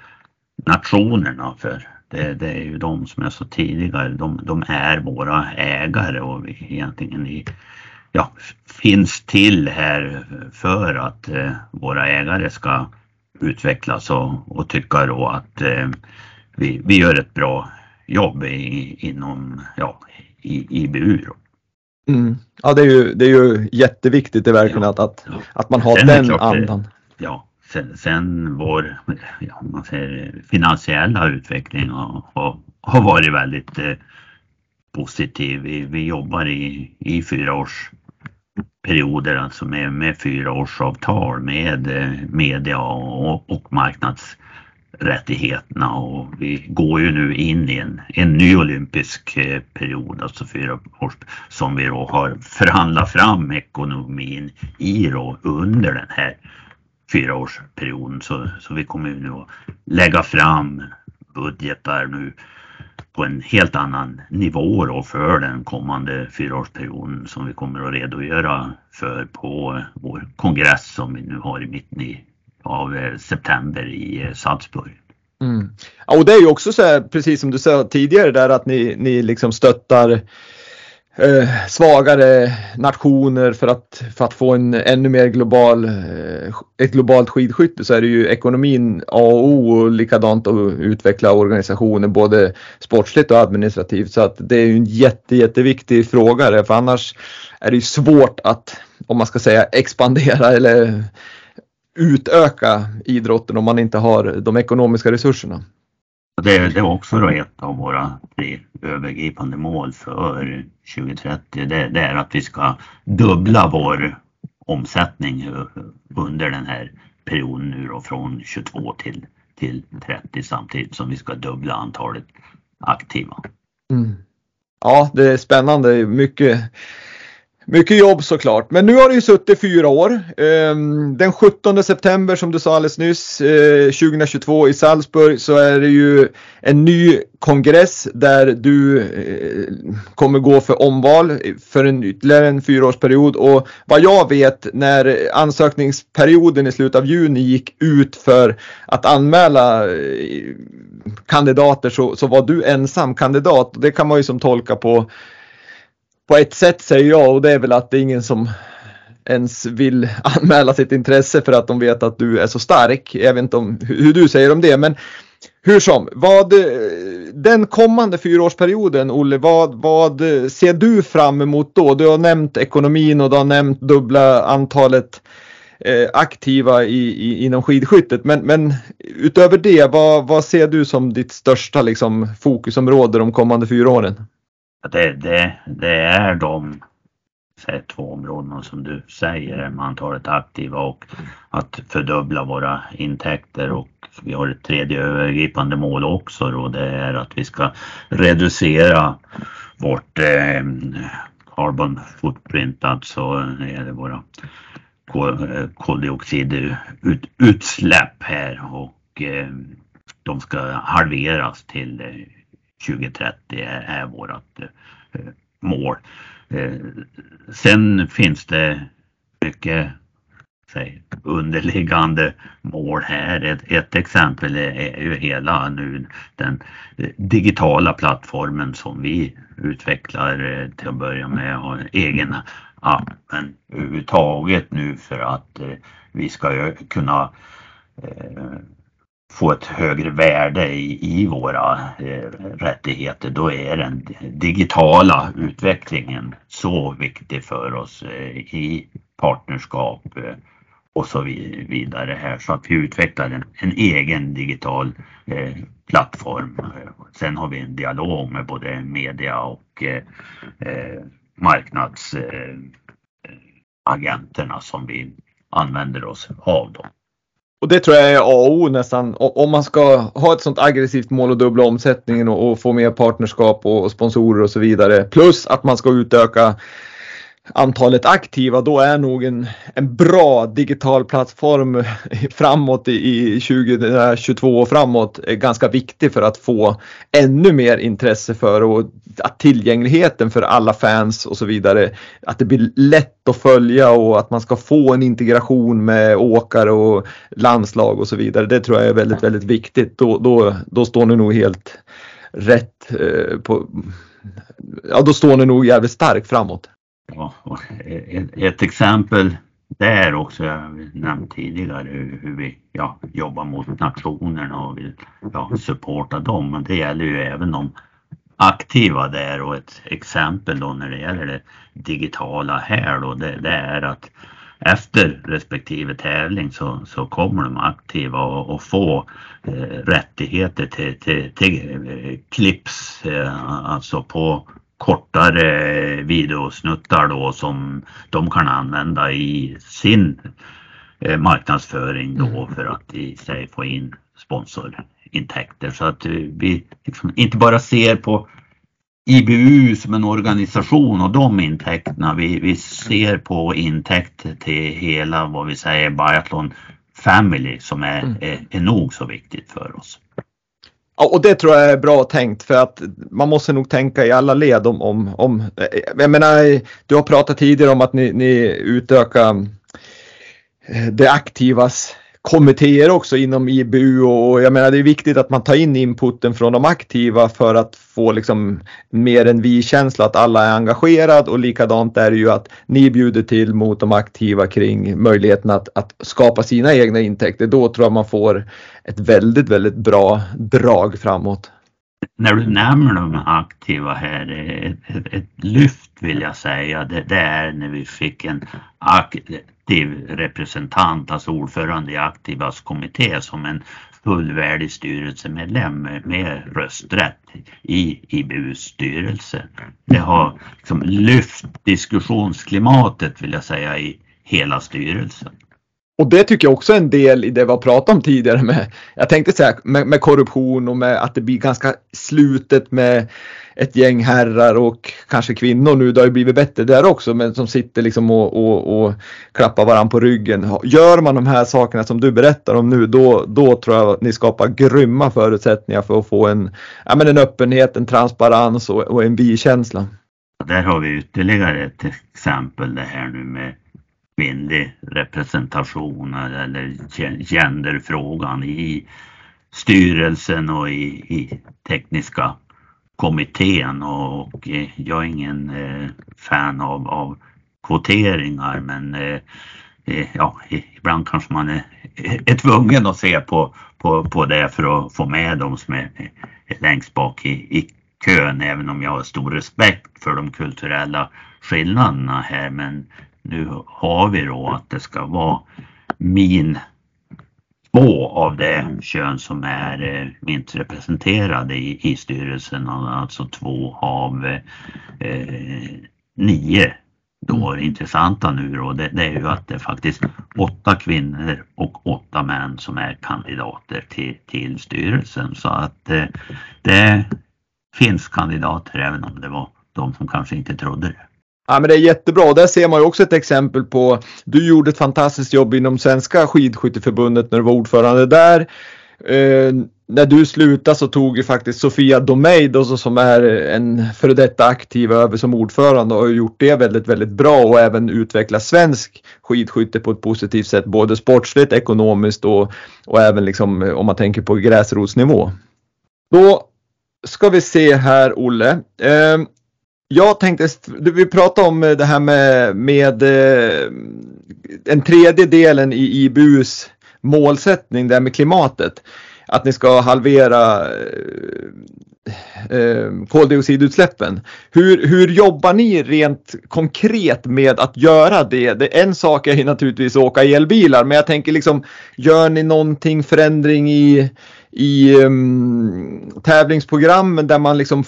nationerna, för det, det är ju de som jag sa tidigare, de, de är våra ägare och vi egentligen i ja, finns till här för att eh, våra ägare ska utvecklas och, och tycka då att eh, vi, vi gör ett bra jobb i, inom ja, i, I B U. Mm. Ja, det är ju, det är ju jätteviktigt det verkligen ja, att, att, ja. att man har sen den andan. Det, ja, sen, sen vår ja, man säger, finansiella utveckling har, har, har varit väldigt eh, positiv. Vi, vi jobbar i, i fyra års perioder, alltså med, med fyraårsavtal med media och, och marknadsrättigheterna, och vi går ju nu in i en, en ny olympisk period, alltså fyra år, som vi då har förhandlat fram ekonomin i då under den här fyraårsperioden, så, så vi kommer ju nu att lägga fram budgetar nu på en helt annan nivå då för den kommande fyraårsperioden, som vi kommer att redogöra för på vår kongress som vi nu har i mitten i, av september i Salzburg. Mm. Ja, och det är ju också så här, precis som du sa tidigare där, att ni, ni liksom stöttar Eh, svagare nationer för att, för att få en ännu mer global, eh, ett globalt skidskytte, så är det ju ekonomin A och O, och likadant att utveckla organisationer både sportsligt och administrativt, så att det är ju en jätte, jätteviktig fråga där, för annars är det ju svårt att, om man ska säga, expandera eller utöka idrotten om man inte har de ekonomiska resurserna. Det, det är också då ett av våra tre övergripande mål för tjugo trettio. Det, det är att vi ska dubbla vår omsättning under den här perioden nu då, från tjugotvå till, till trettio, samtidigt som vi ska dubbla antalet aktiva. Mm. Ja, det är spännande. Mycket... Mycket jobb såklart, men nu har det ju suttit fyra år. Den sjuttonde september, som du sa alldeles nyss, tjugohundratjugotvå i Salzburg, så är det ju en ny kongress där du kommer gå för omval för en ytterligare en fyraårsperiod. Och vad jag vet, när ansökningsperioden i slutet av juni gick ut för att anmäla kandidater, så, så var du ensam kandidat. Det kan man ju som tolka på På ett sätt, säger jag, och det är väl att det är ingen som ens vill anmäla sitt intresse för att de vet att du är så stark. Jag vet inte om hur du säger om det, men hur som, vad, den kommande fyraårsperioden, Olle, vad, vad ser du fram emot då? Du har nämnt ekonomin och du har nämnt dubbla antalet eh, aktiva i, i, inom skidskyttet, men, men utöver det, vad, vad ser du som ditt största liksom, fokusområde de kommande fyra åren? Det, det, det är de säg, två områdena som du säger, med antalet aktiva och att fördubbla våra intäkter, och vi har ett tredje övergripande mål också då, det är att vi ska reducera vårt eh, carbon footprint, alltså när det gäller våra koldioxidutsläpp här, och eh, de ska halveras till eh, tjugo trettio är vårt eh, mål. Eh, sen finns det mycket säg, underliggande mål här. Ett, ett exempel är, är ju hela nu den eh, digitala plattformen som vi utvecklar eh, till att börja med, och en egen appen överhuvudtaget nu för att eh, vi ska kunna eh, få ett högre värde i, i våra eh, rättigheter. Då är den digitala utvecklingen så viktig för oss eh, i partnerskap eh, och så vidare här, så att vi utvecklar en, en egen digital eh, plattform. Sen har vi en dialog med både media och eh, eh, marknadsagenterna eh, som vi använder oss av då. Och det tror jag är A och O nästan, om man ska ha ett sånt aggressivt mål att dubbla omsättningen och, och få mer partnerskap och, och sponsorer och så vidare. Plus att man ska utöka antalet aktiva, då är nog en, en bra digital plattform framåt i, i tjugo tjugotvå och framåt är ganska viktig för att få ännu mer intresse för, och att tillgängligheten för alla fans och så vidare, att det blir lätt att följa och att man ska få en integration med åkare och landslag och så vidare. Det tror jag är väldigt, väldigt viktigt. Då, då, då står ni nog helt rätt eh, på, ja då står ni nog jävligt starkt framåt. Ja, ett, ett exempel där också, jag nämnde tidigare hur vi ja, jobbar mot nationerna och vill ja, supporta dem, men det gäller ju även de aktiva där, och ett exempel då när det gäller det digitala här då, det, det är att efter respektive tävling så, så kommer de aktiva att få eh, rättigheter till, till, till eh, clips, eh, alltså på kortare videosnuttar då som de kan använda i sin eh, marknadsföring då för att i sig få in sponsorintäkter. Så att vi liksom inte bara ser på I B U som en organisation och de intäkterna. Vi, vi ser på intäkter till hela vad vi säger Biathlon Family som är, mm. är, är nog så viktigt för oss. Ja, och det tror jag är bra tänkt, för att man måste nog tänka i alla led om, om, om jag menar, du har pratat tidigare om att ni, ni utökar det aktivas kommittéer också inom I B U, och jag menar det är viktigt att man tar in inputen från de aktiva för att få liksom mer en vi-känsla att alla är engagerade, och likadant är det ju att ni bjuder till mot de aktiva kring möjligheten att, att skapa sina egna intäkter. Då tror jag man får ett väldigt, väldigt bra drag framåt. När du nämner de aktiva här, ett, ett, ett lyft vill jag säga, det, det är när vi fick en aktiv representant, alltså ordförande i aktivas kommitté som en fullvärdig styrelsemedlem med, med rösträtt i I B U:s styrelse. Det har liksom lyft diskussionsklimatet vill jag säga i hela styrelsen. Och det tycker jag också är en del i det vi har pratat om tidigare med, jag tänkte säga med, med korruption och med att det blir ganska slutet med ett gäng herrar och kanske kvinnor nu. Det har ju blivit bättre där också, men som sitter liksom och, och, och klappar varandra på ryggen. Gör man de här sakerna som du berättar om nu, då, då tror jag att ni skapar grymma förutsättningar för att få en, ja, men en öppenhet, en transparens och, och en vi-känsla. Där har vi ytterligare ett exempel, det här nu med kvinnlig representation eller genderfrågan i styrelsen och i, i tekniska kommittén, och jag är ingen eh, fan av, av kvoteringar, men eh, ja, ibland kanske man är, är tvungen att se på, på, på det för att få med dem som är längst bak i, i kön, även om jag har stor respekt för de kulturella skillnaderna här. Men nu har vi då att det ska vara min två av det kön som är eh, minst representerade i, i styrelsen, alltså två av eh, nio. Då är det intressanta nu då, det, det är ju att det är faktiskt åtta kvinnor och åtta män som är kandidater till, till styrelsen. Så att eh, det finns kandidater, även om det var de som kanske inte trodde det. Ja, men det är jättebra. Där ser man ju också ett exempel på, du gjorde ett fantastiskt jobb inom Svenska skidskytteförbundet när du var ordförande där. Eh, när du slutade så tog ju faktiskt Sofia Domeid, och så, som är en före detta aktiv över som ordförande, och har gjort det väldigt, väldigt bra och även utvecklat svensk skidskytte på ett positivt sätt, både sportsligt, ekonomiskt och, och även liksom, om man tänker på gräsrotsnivå. Då ska vi se här, Olle. Eh, Jag tänkte, vi pratade om det här med, med en tredje delen i I B U:s målsättning, där med klimatet. Att ni ska halvera eh, koldioxidutsläppen. Hur, hur jobbar ni rent konkret med att göra det? det? En sak är ju naturligtvis att åka elbilar, men jag tänker liksom, gör ni någonting förändring i, i um, tävlingsprogrammen där man liksom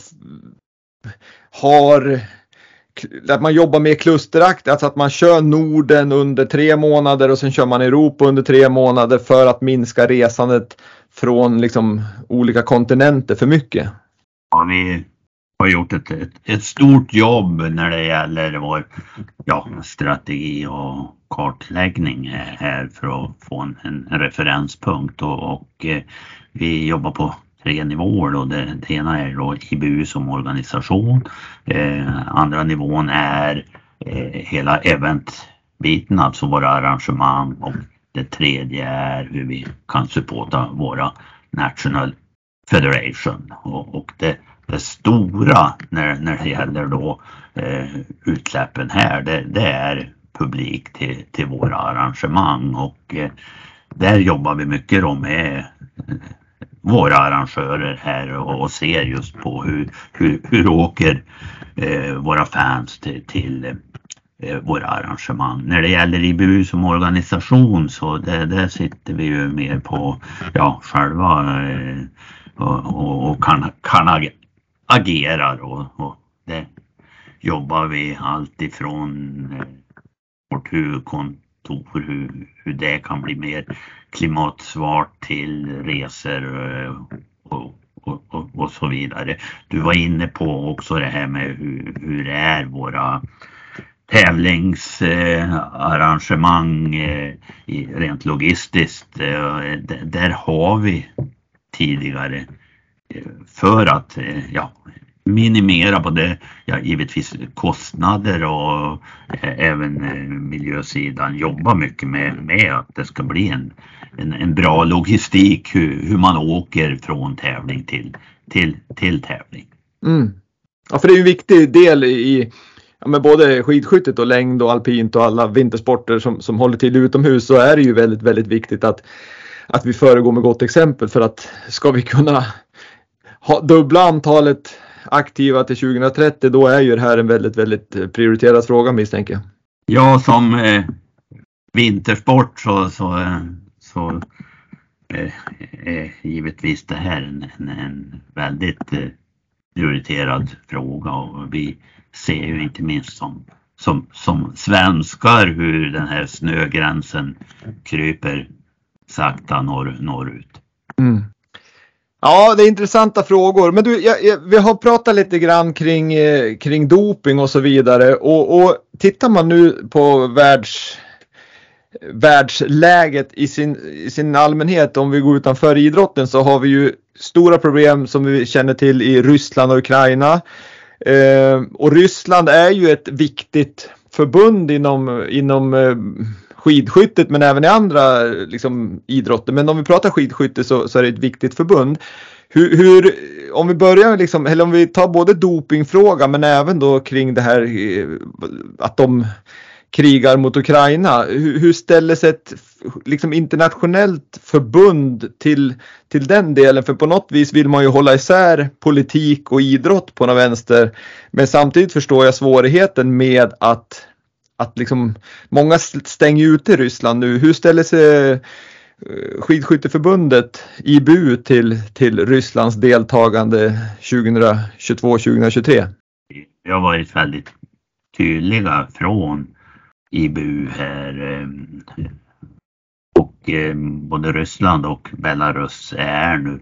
har, att man jobbar med klusterakt, alltså att man kör Norden under tre månader och sen kör man Europa under tre månader för att minska resandet från liksom olika kontinenter för mycket? Ja, vi har gjort ett, ett, ett stort jobb när det gäller vår ja, strategi och kartläggning här för att få en, en referenspunkt, och, och eh, vi jobbar på tre nivåer då. Det, det ena är då I B U som organisation. Eh, andra nivån är eh, hela eventbiten, alltså våra arrangemang, och det tredje är hur vi kan supporta våra National Federation. Och, och det, det stora när, när det gäller då eh, utsläppen här, det, det är publik till, till våra arrangemang, och eh, där jobbar vi mycket då med eh, våra arrangörer här och, och ser just på hur, hur, hur åker eh, våra fans till, till eh, våra arrangemang. När det gäller I B U som organisation, så det, där sitter vi ju mer på ja, själva eh, och, och kan, kan agera och, och det jobbar vi allt ifrån eh, vårt huvudkontor, hur, hur det kan bli mer klimatsvart till resor eh, och, och, och, och så vidare. Du var inne på också det här med hur, hur det är våra tävlingsarrangemang eh, eh, rent logistiskt. Eh, d- där har vi tidigare eh, för att eh, ja, minimera både ja, givetvis kostnader och eh, även eh, miljösidan jobba mycket med, med att det ska bli en, en, en bra logistik hur, hur man åker från tävling till, till, till tävling. Mm. Ja, för det är ju en viktig del i ja, med både skidskyttet och längd och alpint och alla vintersporter som, som håller till utomhus, så är det ju väldigt, väldigt viktigt att, att vi föregår med gott exempel, för att ska vi kunna ha dubbla antalet aktiva till tjugohundratrettio, då är ju det här en väldigt, väldigt prioriterad fråga, misstänker jag. Ja, som eh, vintersport så, så, eh, så eh, är givetvis det här en, en, en väldigt eh, prioriterad fråga, och vi ser ju inte minst som, som, som svenskar hur den här snögränsen kryper sakta norr, norrut. Mm. Ja, det är intressanta frågor. Men du, jag, jag, vi har pratat lite grann kring, eh, kring doping och så vidare. Och, och tittar man nu på världs, världsläget i sin, i sin allmänhet, om vi går utanför idrotten, så har vi ju stora problem som vi känner till i Ryssland och Ukraina. Eh, och Ryssland är ju ett viktigt förbund inom, inom eh, skidskyttet, men även i andra liksom, idrotter. Men om vi pratar skidskytte så, så är det ett viktigt förbund. Hur, hur, om vi börjar liksom, eller om vi tar både dopingfråga men även då kring det här att de krigar mot Ukraina. Hur, hur ställer sig ett liksom, internationellt förbund till, till den delen? För på något vis vill man ju hålla isär politik och idrott på någon vänster. Men samtidigt förstår jag svårigheten med att Att liksom, många stänger ute Ryssland nu. Hur ställer sig skidskytteförbundet I B U till, till Rysslands deltagande tjugohundratjugotvå tjugohundratjugotre? Vi har varit väldigt tydliga från I B U här. Och både Ryssland och Belarus är nu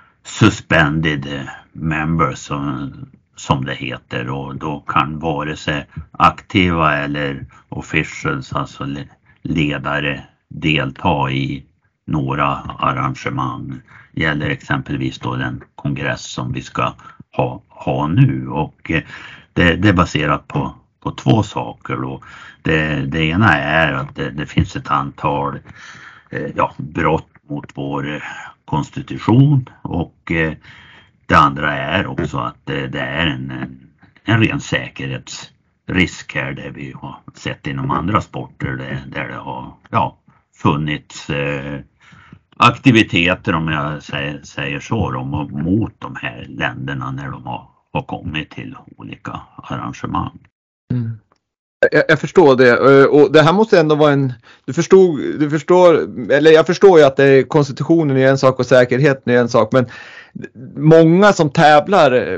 suspended members som som det heter, och då kan vare sig aktiva eller officials, alltså ledare, delta i några arrangemang. Det gäller exempelvis då den kongress som vi ska ha, ha nu, och det, det är baserat på, på två saker då. Det, det ena är att det, det finns ett antal eh, ja, brott mot vår konstitution, och eh, det andra är också att det, det är en, en, en ren säkerhetsrisk här, det vi har sett inom andra sporter där, där det har ja, funnits eh, aktiviteter, om jag säger, säger så, då, mot de här länderna när de har, har kommit till olika arrangemang. Mm. Jag, jag förstår det, och det här måste ändå vara en, du förstod, du förstår, eller jag förstår ju att det är, konstitutionen är en sak och säkerheten är en sak, men många som tävlar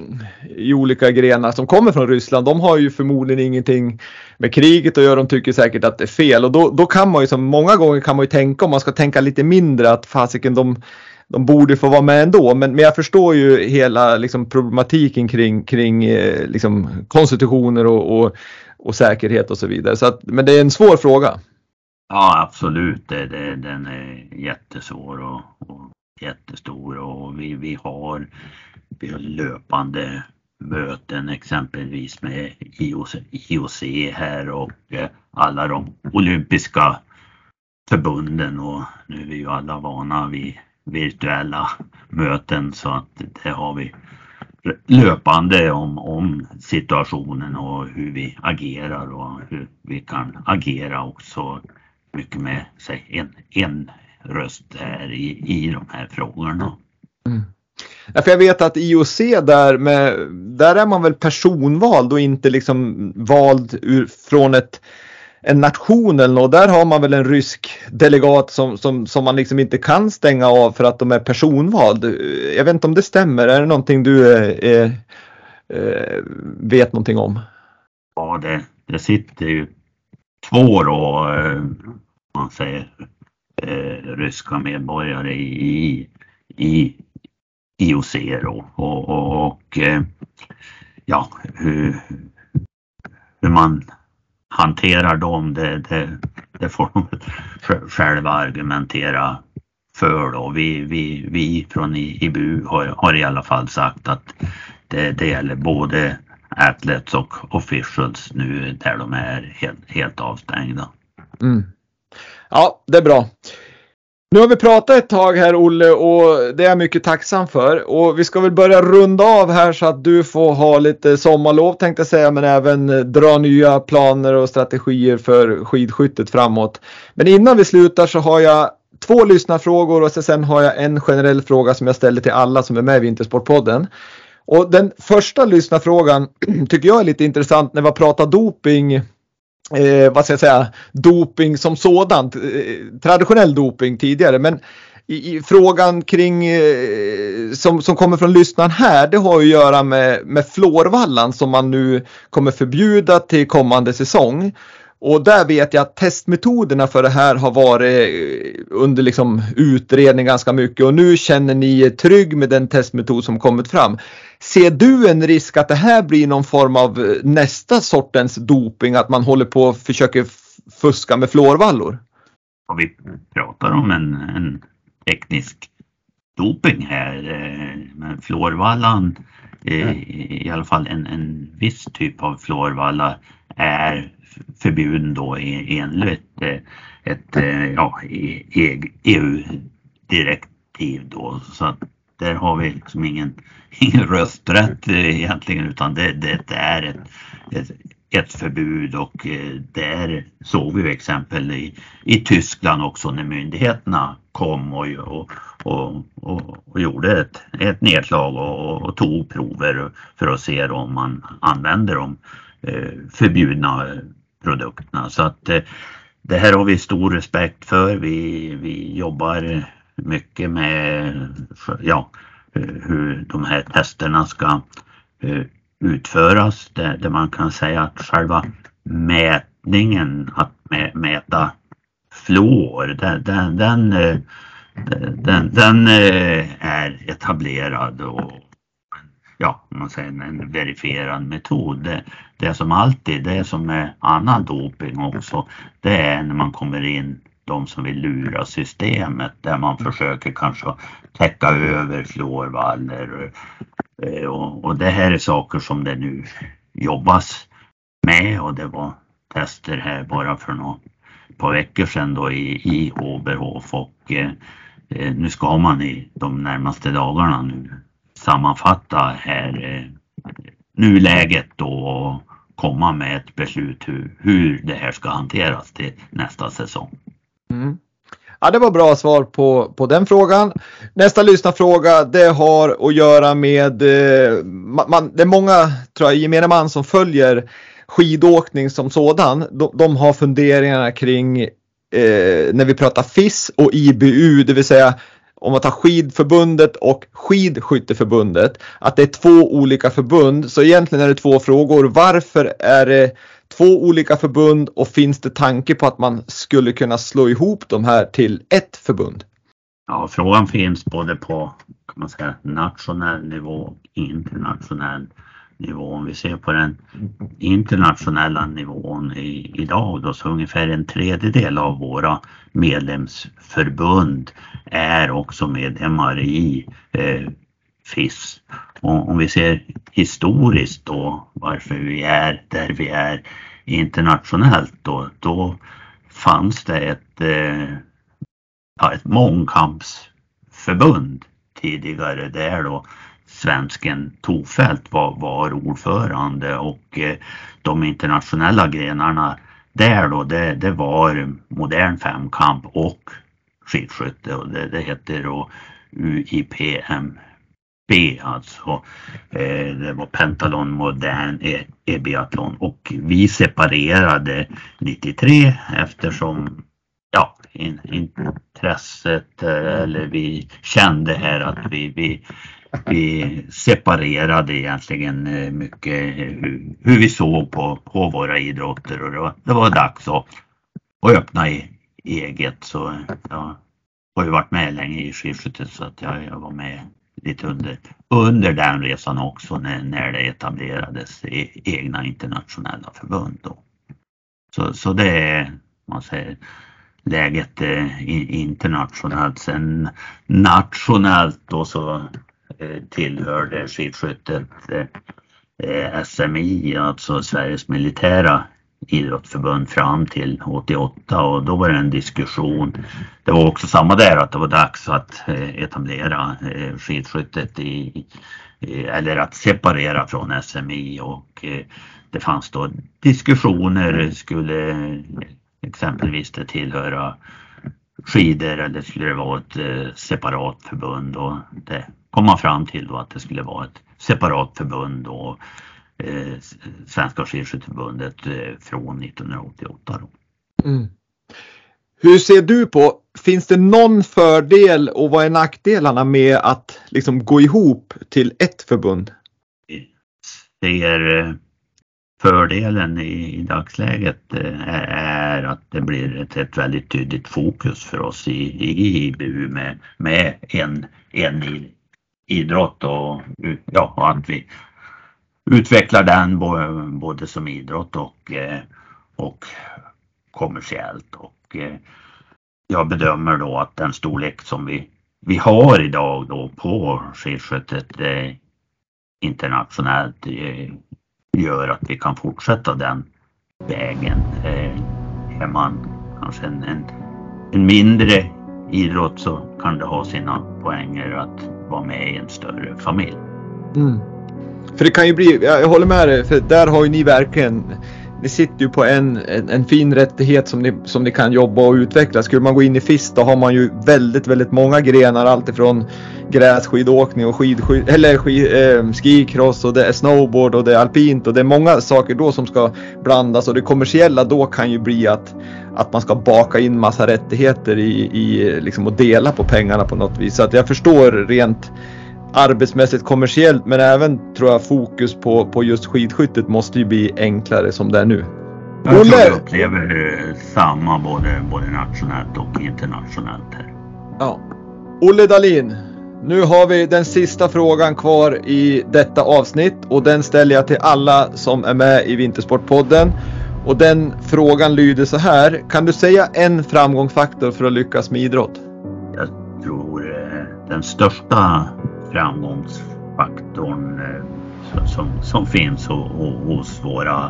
i olika grenar som kommer från Ryssland, de har ju förmodligen ingenting med kriget att göra, de tycker säkert att det är fel, och då, då kan man ju, som många gånger kan man ju tänka, om man ska tänka lite mindre, att fasiken de De borde få vara med ändå, men, men jag förstår ju hela liksom, problematiken kring, kring eh, liksom, konstitutioner och, och, och säkerhet och så vidare. Så att, men det är en svår fråga. Ja, absolut. Det, det, den är jättesvår och, och jättestor, och vi, vi, har, vi har löpande möten exempelvis med I O C här och eh, alla de olympiska förbunden, och nu är vi ju alla vana vid virtuella möten, så att det har vi löpande om, om situationen och hur vi agerar och hur vi kan agera också mycket med sig en, en röst här i, i de här frågorna. Mm. Ja, för jag vet att I O C där, med, där är man väl personvald och inte liksom vald ur, från ett en nation eller något. Där har man väl en rysk delegat som, som, som man liksom inte kan stänga av för att de är personvald. Jag vet inte om det stämmer. Är det någonting du är, är, eh, vet någonting om. Ja, det, det sitter ju två då, eh, man säger, eh, ryska medborgare i, i I O C då, och, och, och eh, ja, hur, hur man hanterar dem, det, det, det får de själva argumentera för då. Vi, vi, vi från I B U har, har i alla fall sagt att det, det gäller både athletes och officials nu där de är helt, helt avstängda. Mm. Ja, det är bra. Nu har vi pratat ett tag här, Olle, och det är jag mycket tacksam för. Och vi ska väl börja runda av här så att du får ha lite sommarlov, tänkte jag säga, men även dra nya planer och strategier för skidskyttet framåt. Men innan vi slutar så har jag två lyssnarfrågor och sen har jag en generell fråga som jag ställer till alla som är med i Vintersportpodden. Och den första lyssnarfrågan tycker jag är lite intressant när vi pratar doping. Eh, vad ska jag säga, doping som sådant, eh, traditionell doping tidigare, men i, i frågan kring eh, som, som kommer från lyssnaren här, det har ju att göra med, med fluorvallan som man nu kommer förbjuda till kommande säsong. Och där vet jag att testmetoderna för det här har varit under liksom utredning ganska mycket, och nu känner ni er trygg med den testmetod som kommit fram. Ser du en risk att det här blir någon form av nästa sortens doping, att man håller på och försöker fuska med fluorvallor? Och vi pratar om en, en teknisk doping här, men fluorvallan, i alla fall en, en viss typ av fluorvalla, är förbjuden då enligt ett, ett ja, E U-direktiv då, så att där har vi liksom ingen, ingen rösträtt egentligen, utan det, det är ett, ett, ett förbud, och där såg vi exempel i, i Tyskland också när myndigheterna kom och, och, och, och, och gjorde ett, ett nedslag och, och tog prover för att se om man använder de förbjudna produkterna. Så att det här har vi stor respekt för. Vi, vi jobbar mycket med ja, hur de här testerna ska utföras. Där, där man kan säga att själva mätningen, att mäta fluor, den, den, den, den, den är etablerad och ja, man säger en verifierad metod. Det, det är som alltid, det är som med annan doping också. Det är när man kommer in, de som vill lura systemet, där man försöker kanske täcka över fluorvallor. Och, och det här är saker som det nu jobbas med, och det var tester här bara för några par veckor sedan då i, i Oberhof, och eh, nu ska man i de närmaste dagarna nu sammanfatta här eh, nuläget då och komma med ett beslut hur, hur det här ska hanteras till nästa säsong. Mm. Ja, det var bra svar på, på den frågan. Nästa lyssnarfråga, det har att göra med eh, man, det är många, tror jag, gemene man som följer skidåkning som sådan. De, de har funderingarna kring eh, när vi pratar F I S och I B U, det vill säga om man tar skidförbundet och skidskytteförbundet, att det är två olika förbund. Så egentligen är det två frågor. Varför är det två olika förbund, och finns det tanke på att man skulle kunna slå ihop de här till ett förbund? Ja, frågan finns både på, kan man säga, nationell nivå och internationell nivå. Om vi ser på den internationella nivån i, idag då, så ungefär en tredjedel av våra medlemsförbund är också medlemmar i eh, F I S. Och om vi ser historiskt då varför vi är där vi är internationellt då, då fanns det ett, eh, ja, ett mångkampsförbund tidigare där då svensken Tofält var, var ordförande, och eh, de internationella grenarna där då, det, det var modern femkamp och skidskytte, och det, det heter då U I P M B, alltså eh, det var pentalon, modern e- e-biathlon, och vi separerade nittiotre eftersom ja, in, intresset eh, eller vi kände här att vi, vi vi separerade egentligen mycket hur, hur vi såg på, på våra idrotter, och det var, det var dags att, att öppna i eget. Så jag har ju varit med länge i skidskyttet, så att jag, jag var med lite under, under den resan också när, när det etablerades e, egna internationella förbund då. Så, så det är, man säger, läget eh, internationellt. Sen nationellt då så eh, tillhörde skidskyttet eh, S M I, alltså Sveriges militära idrottsförbund, fram till åttioåtta, och då var det en diskussion. Det var också samma där, att det var dags att eh, etablera eh, skidskyttet i, i, eller att separera från S M I, och eh, det fanns då diskussioner, skulle exempelvis det tillhöra skidor eller skulle det vara ett eh, separat förbund, och det kom man fram till då att det skulle vara ett separat förbund, och eh, Svenska skidskytteförbundet eh, från nittonhundraåttioåtta då. Mm. Hur ser du på, finns det någon fördel och vad är nackdelarna med att liksom gå ihop till ett förbund? Det är fördelen i, i dagsläget är, är att det blir ett, ett väldigt tydligt fokus för oss i, i I B U med, med en, en idrott, och, ja, och att vi utvecklar den både, både som idrott och, och kommersiellt. Och jag bedömer då att den storlek som vi, vi har idag då på skidskyttet eh, internationellt eh, gör att vi kan fortsätta den vägen. Eh, är man kanske en, en, en mindre idrott, så kan det ha sina poänger att vara med i en större familj. Mm. För det kan ju bli, jag håller med dig, för där har ju ni verkligen, ni sitter ju på en, en, en fin rättighet som ni, som ni kan jobba och utveckla. Skulle man gå in i F I S, då har man ju väldigt, väldigt många grenar, allt ifrån grässkidåkning och skidskid, eller skid, eh, skikross, och det är snowboard och det är alpint, och det är många saker då som ska blandas, och det kommersiella då kan ju bli att, att man ska baka in massa rättigheter i, i liksom, och dela på pengarna på något vis. Så att jag förstår rent arbetsmässigt kommersiellt, men även tror jag fokus på, på just skidskyttet måste ju bli enklare som det är nu. Jag tror jag upplever samma både, både nationellt och internationellt här. Ja. Olle Dahlin, nu har vi den sista frågan kvar i detta avsnitt, och den ställer jag till alla som är med i Vintersportpodden. Och den frågan lyder så här: kan du säga en framgångsfaktor för att lyckas med idrott? Jag tror eh, den största framgångsfaktorn eh, som, som finns ho, ho, hos våra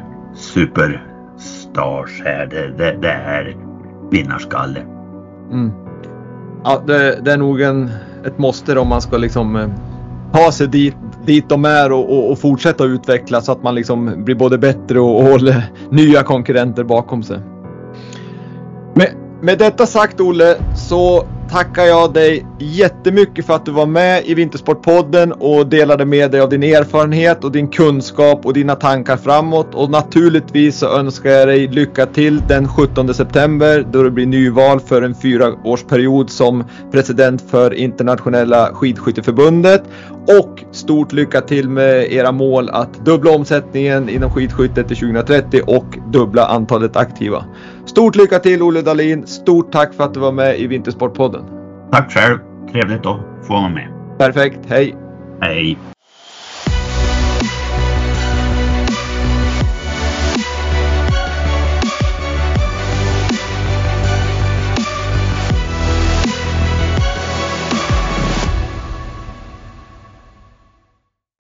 superstars här, det, det, det är vinnarskalle. Mm. Ja, det, det är nog en, ett måste om man ska liksom eh, ta sig dit, dit de är och, och, och fortsätta utveckla, så att man liksom blir både bättre och, och håller nya konkurrenter bakom sig. Med, med detta sagt, Olle, så tackar jag dig jättemycket för att du var med i Vintersportpodden och delade med dig av din erfarenhet och din kunskap och dina tankar framåt. Och naturligtvis så önskar jag dig lycka till den sjuttonde september, då det blir nyval för en fyraårsperiod som president för Internationella skidskytteförbundet. Och stort lycka till med era mål att dubbla omsättningen inom skidskyttet till tjugohundratrettio och dubbla antalet aktiva. Stort lycka till, Olle Dahlin. Stort tack för att du var med i Vintersportpodden. Tack själv. Trevligt att få vara med. Perfekt. Hej. Hej.